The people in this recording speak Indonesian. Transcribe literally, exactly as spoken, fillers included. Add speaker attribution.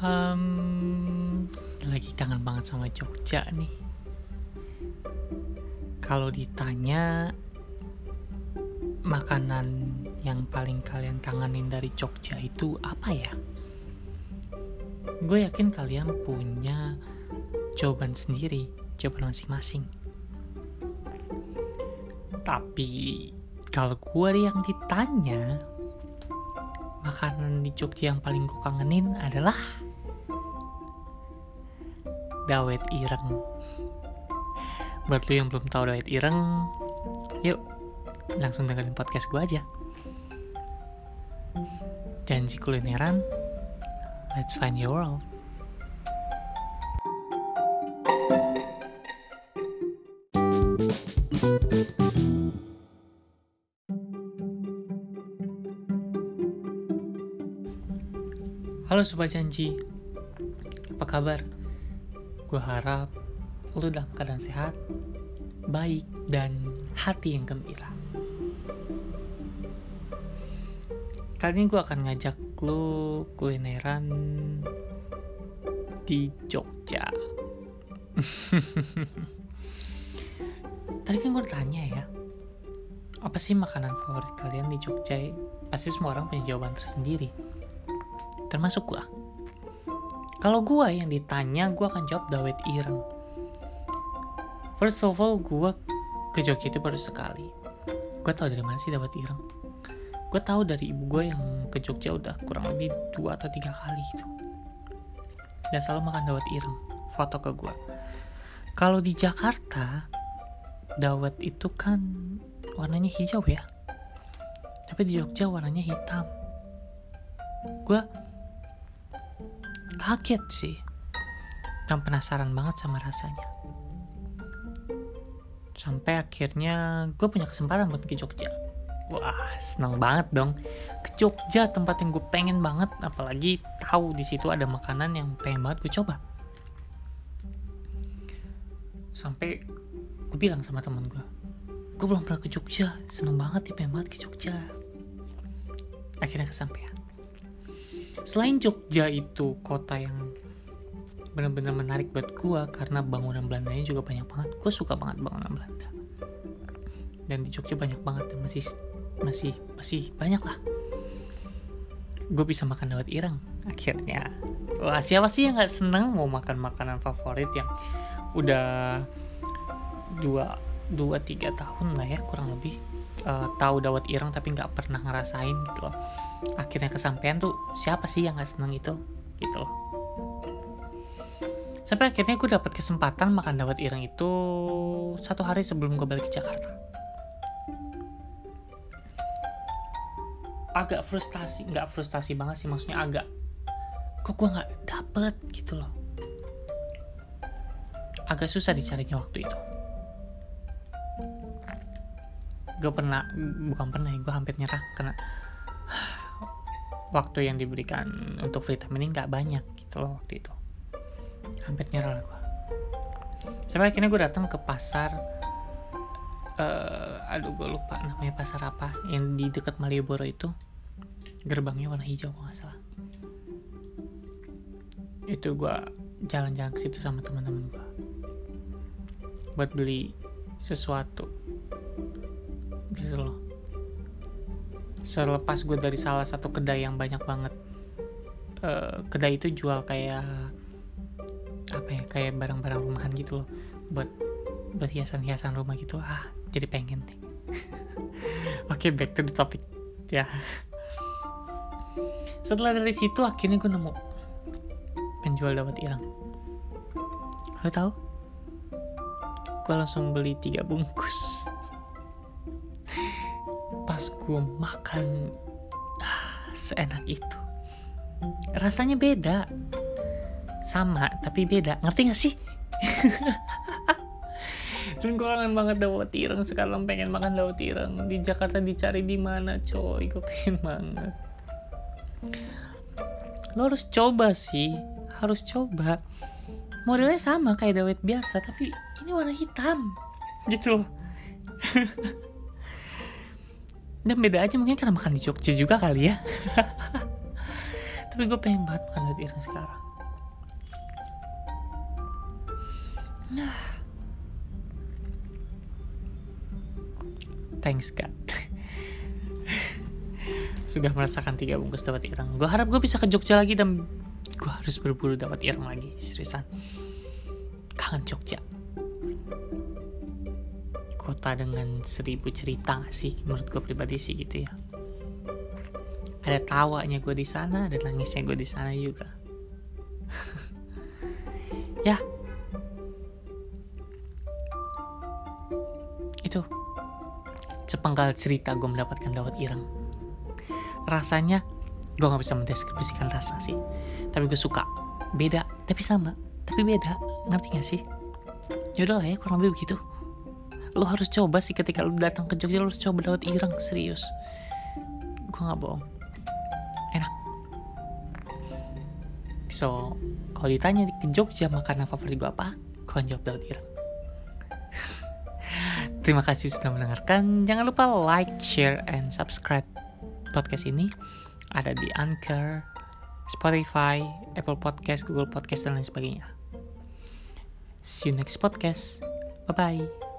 Speaker 1: Um, lagi kangen banget sama Jogja nih. Kalau ditanya makanan yang paling kalian kangenin dari Jogja itu apa ya? Gue yakin kalian punya jawaban sendiri, jawaban masing-masing. Tapi kalau gue yang ditanya, makanan di Jogja yang paling gue kangenin adalah dawet ireng. Buat lu yang belum tahu dawet ireng, yuk langsung dengerin podcast gue aja. Janji kulineran, let's find your world. Halo Sobat Janji, apa kabar? Gue harap lu dalam keadaan sehat, baik, dan hati yang gembira. Kali ini gue akan ngajak lu kulineran di Jogja. Tadi kan gue tanya ya, apa sih makanan favorit kalian di Jogja? Pasti semua orang punya jawaban tersendiri, termasuk gue. Kalau gue yang ditanya, gue akan jawab dawet ireng. First of all, gue ke Jogja itu baru sekali. Gue tahu dari mana sih dawet ireng? Gue tahu dari ibu gue yang ke Jogja udah kurang lebih dua atau tiga kali gitu. Dan selalu makan dawet ireng. Foto ke gue. Kalau di Jakarta, dawet itu kan warnanya hijau ya. Tapi di Jogja warnanya hitam. Gue kaget sih, dan penasaran banget sama rasanya. Sampai akhirnya gue punya kesempatan buat ke Jogja. Wah, seneng banget dong ke Jogja, tempat yang gue pengen banget. Apalagi tahu di situ ada makanan yang pengen banget gue coba. Sampai gue bilang sama teman gue, gue belum pernah ke Jogja, seneng banget ya, pengen banget ke Jogja. Akhirnya kesampaian. Selain Jogja itu kota yang benar-benar menarik buat gue karena bangunan Belandanya juga banyak banget. Gue suka banget bangunan Belanda. Dan di Jogja banyak banget, masih masih masih banyak lah. Gue bisa makan dawet ireng akhirnya. Wah, siapa sih yang nggak seneng mau makan makanan favorit yang udah dua dua tiga tahun lah ya kurang lebih uh, tahu dawet ireng tapi nggak pernah ngerasain gitu loh. Akhirnya kesampean tuh, siapa sih yang gak seneng itu gitu loh. Sampai akhirnya gue dapet kesempatan makan dawet ireng itu satu hari sebelum gue balik ke Jakarta. Agak frustasi, gak frustasi banget sih, maksudnya agak kok gue gak dapet gitu loh. Agak susah dicarinya waktu itu. Gue pernah, bukan pernah ya, gue hampir nyerah karena waktu yang diberikan untuk free time ini gak banyak gitu loh waktu itu. Hampir nyerah lah gue. Sampai akhirnya gue datang ke pasar uh, aduh gue lupa namanya pasar apa, yang di dekat Malioboro itu. Gerbangnya warna hijau kalau gak salah. Itu gue jalan-jalan ke situ sama teman-teman gue buat beli sesuatu gitu loh. Selepas gue dari salah satu kedai yang banyak banget uh, kedai itu jual kayak apa ya, kayak barang-barang rumahan gitu loh, buat buat hiasan-hiasan rumah gitu. Ah, jadi pengen deh. Oke, okay, back to the topic ya. Setelah dari situ akhirnya gue nemu penjual dawet ireng. Lo tahu? Gue langsung beli tiga bungkus. Pas gue makan, ah, seenak itu. Rasanya beda, sama tapi beda, ngerti gak sih? Dan gue kangen banget dawet ireng. Sekarang pengen makan dawet ireng. Di Jakarta dicari di mana coy? Gue pengen banget. Lo harus coba sih, harus coba. Modelnya sama kayak dawet biasa, tapi ini warna hitam gitu loh. Dan beda aja mungkin karena makan di Jogja juga kali ya. Tapi gue pengen banget makan dawet ireng sekarang. Thanks God. Sudah merasakan tiga bungkus dapat ireng. Gue harap gue bisa ke Jogja lagi dan gue harus berburu dapat ireng lagi. Seriusan, kangen Jogja. Kota dengan seribu cerita gak sih? Menurut gue pribadi sih gitu ya. Ada tawanya gue di sana, ada nangisnya gue di sana juga. Ya, itu sepenggal cerita gue mendapatkan dawat ireng. Rasanya gue nggak bisa mendeskripsikan rasa sih, tapi gue suka. Beda tapi sama, tapi beda. Ngerti gak sih? Yaudah lah ya, kurang lebih begitu. Lo harus coba sih ketika lo datang ke Jogja, lo harus coba dawat ireng, serius. Gue nggak bohong, enak. So, kalau ditanya ke Jogja makanan favorit gue apa, gue akan jawab dawat ireng. Terima kasih sudah mendengarkan. Jangan lupa like, share, and subscribe podcast ini. Ada di Anchor, Spotify, Apple Podcast, Google Podcast, dan lain sebagainya. See you next podcast. Bye-bye.